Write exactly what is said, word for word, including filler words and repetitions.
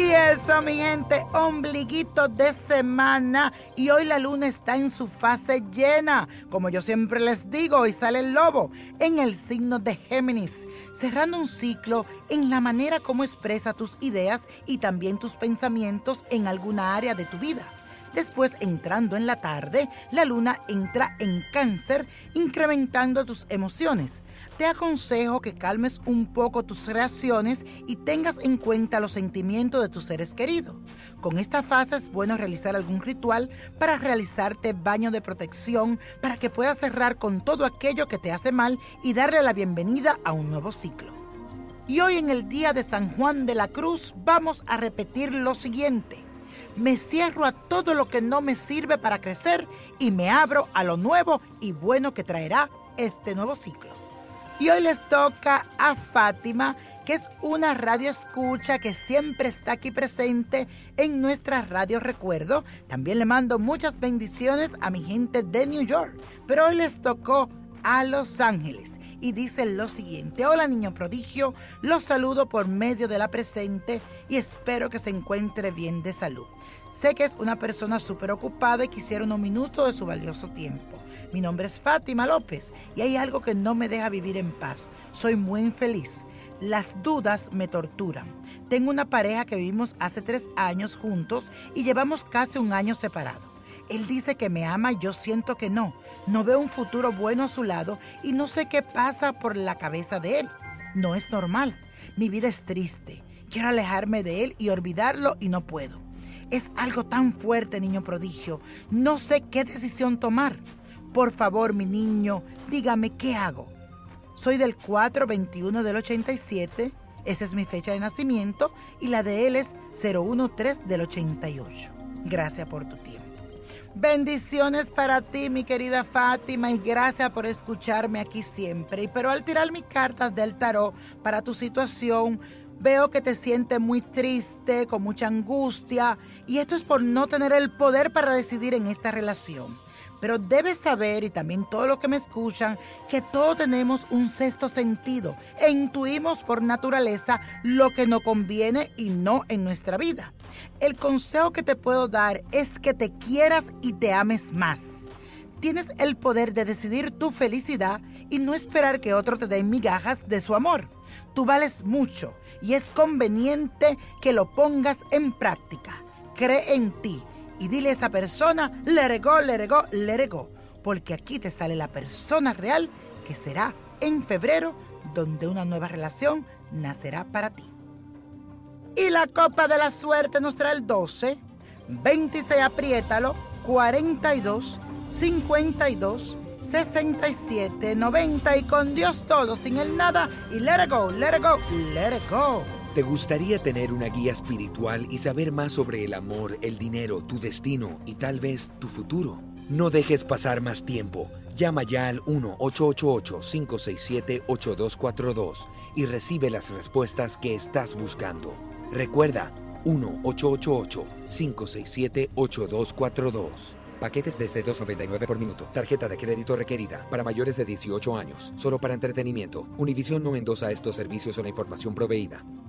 Y eso, mi gente, ombliguito de semana. Y hoy la luna está en su fase llena. Como yo siempre les digo, hoy sale el lobo en el signo de Géminis, cerrando un ciclo en la manera como expresa tus ideas y también tus pensamientos en alguna área de tu vida. Después, entrando en la tarde, la luna entra en Cáncer, incrementando tus emociones. Te aconsejo que calmes un poco tus reacciones y tengas en cuenta los sentimientos de tus seres queridos. Con esta fase es bueno realizar algún ritual para realizarte baño de protección para que puedas cerrar con todo aquello que te hace mal y darle la bienvenida a un nuevo ciclo. Y hoy, en el día de San Juan de la Cruz, vamos a repetir lo siguiente: me cierro a todo lo que no me sirve para crecer y me abro a lo nuevo y bueno que traerá este nuevo ciclo. Y hoy les toca a Fátima, que es una radio escucha que siempre está aquí presente en nuestra radio Recuerdo. También le mando muchas bendiciones a mi gente de New York, pero hoy les tocó a Los Ángeles. Y dice lo siguiente: hola niño prodigio, los saludo por medio de la presente y espero que se encuentre bien de salud. Sé que es una persona súper ocupada y quisiera unos minutos de su valioso tiempo. Mi nombre es Fátima López y hay algo que no me deja vivir en paz. Soy muy infeliz. Las dudas me torturan. Tengo una pareja que vivimos hace tres años juntos y llevamos casi un año separados. Él dice que me ama y yo siento que no. No veo un futuro bueno a su lado y no sé qué pasa por la cabeza de él. No es normal. Mi vida es triste. Quiero alejarme de él y olvidarlo y no puedo. Es algo tan fuerte, niño prodigio. No sé qué decisión tomar. Por favor, mi niño, dígame qué hago. Soy del cuatro veintiuno del ochenta y siete. Esa es mi fecha de nacimiento y la de él es cero uno tres del ochenta y ocho. Gracias por tu tiempo. Bendiciones para ti, mi querida Fátima, y gracias por escucharme aquí siempre. Pero al tirar mis cartas del tarot para tu situación, veo que te sientes muy triste, con mucha angustia, y esto es por no tener el poder para decidir en esta relación. Pero debes saber, y también todos los que me escuchan, que todos tenemos un sexto sentido e intuimos por naturaleza lo que nos conviene y no en nuestra vida. El consejo que te puedo dar es que te quieras y te ames más. Tienes el poder de decidir tu felicidad y no esperar que otro te dé migajas de su amor. Tú vales mucho y es conveniente que lo pongas en práctica. Cree en ti. Y dile a esa persona, let it go, let it go, let it go. Porque aquí te sale la persona real que será en febrero, donde una nueva relación nacerá para ti. Y la copa de la suerte nos trae el doce, veintiséis, apriétalo, cuarenta y dos, cincuenta y dos, sesenta y siete, noventa y con Dios todo, sin el nada y let it go, let it go, let it go. ¿Te gustaría tener una guía espiritual y saber más sobre el amor, el dinero, tu destino y tal vez tu futuro? No dejes pasar más tiempo. Llama ya al uno ocho ocho ocho, cinco seis siete, ocho dos cuatro dos y recibe las respuestas que estás buscando. Recuerda, uno ocho ocho ocho, cinco seis siete, ocho dos cuatro dos. Paquetes desde dos noventa y nueve por minuto. Tarjeta de crédito requerida para mayores de dieciocho años. Solo para entretenimiento. Univision no endosa estos servicios o la información proveída.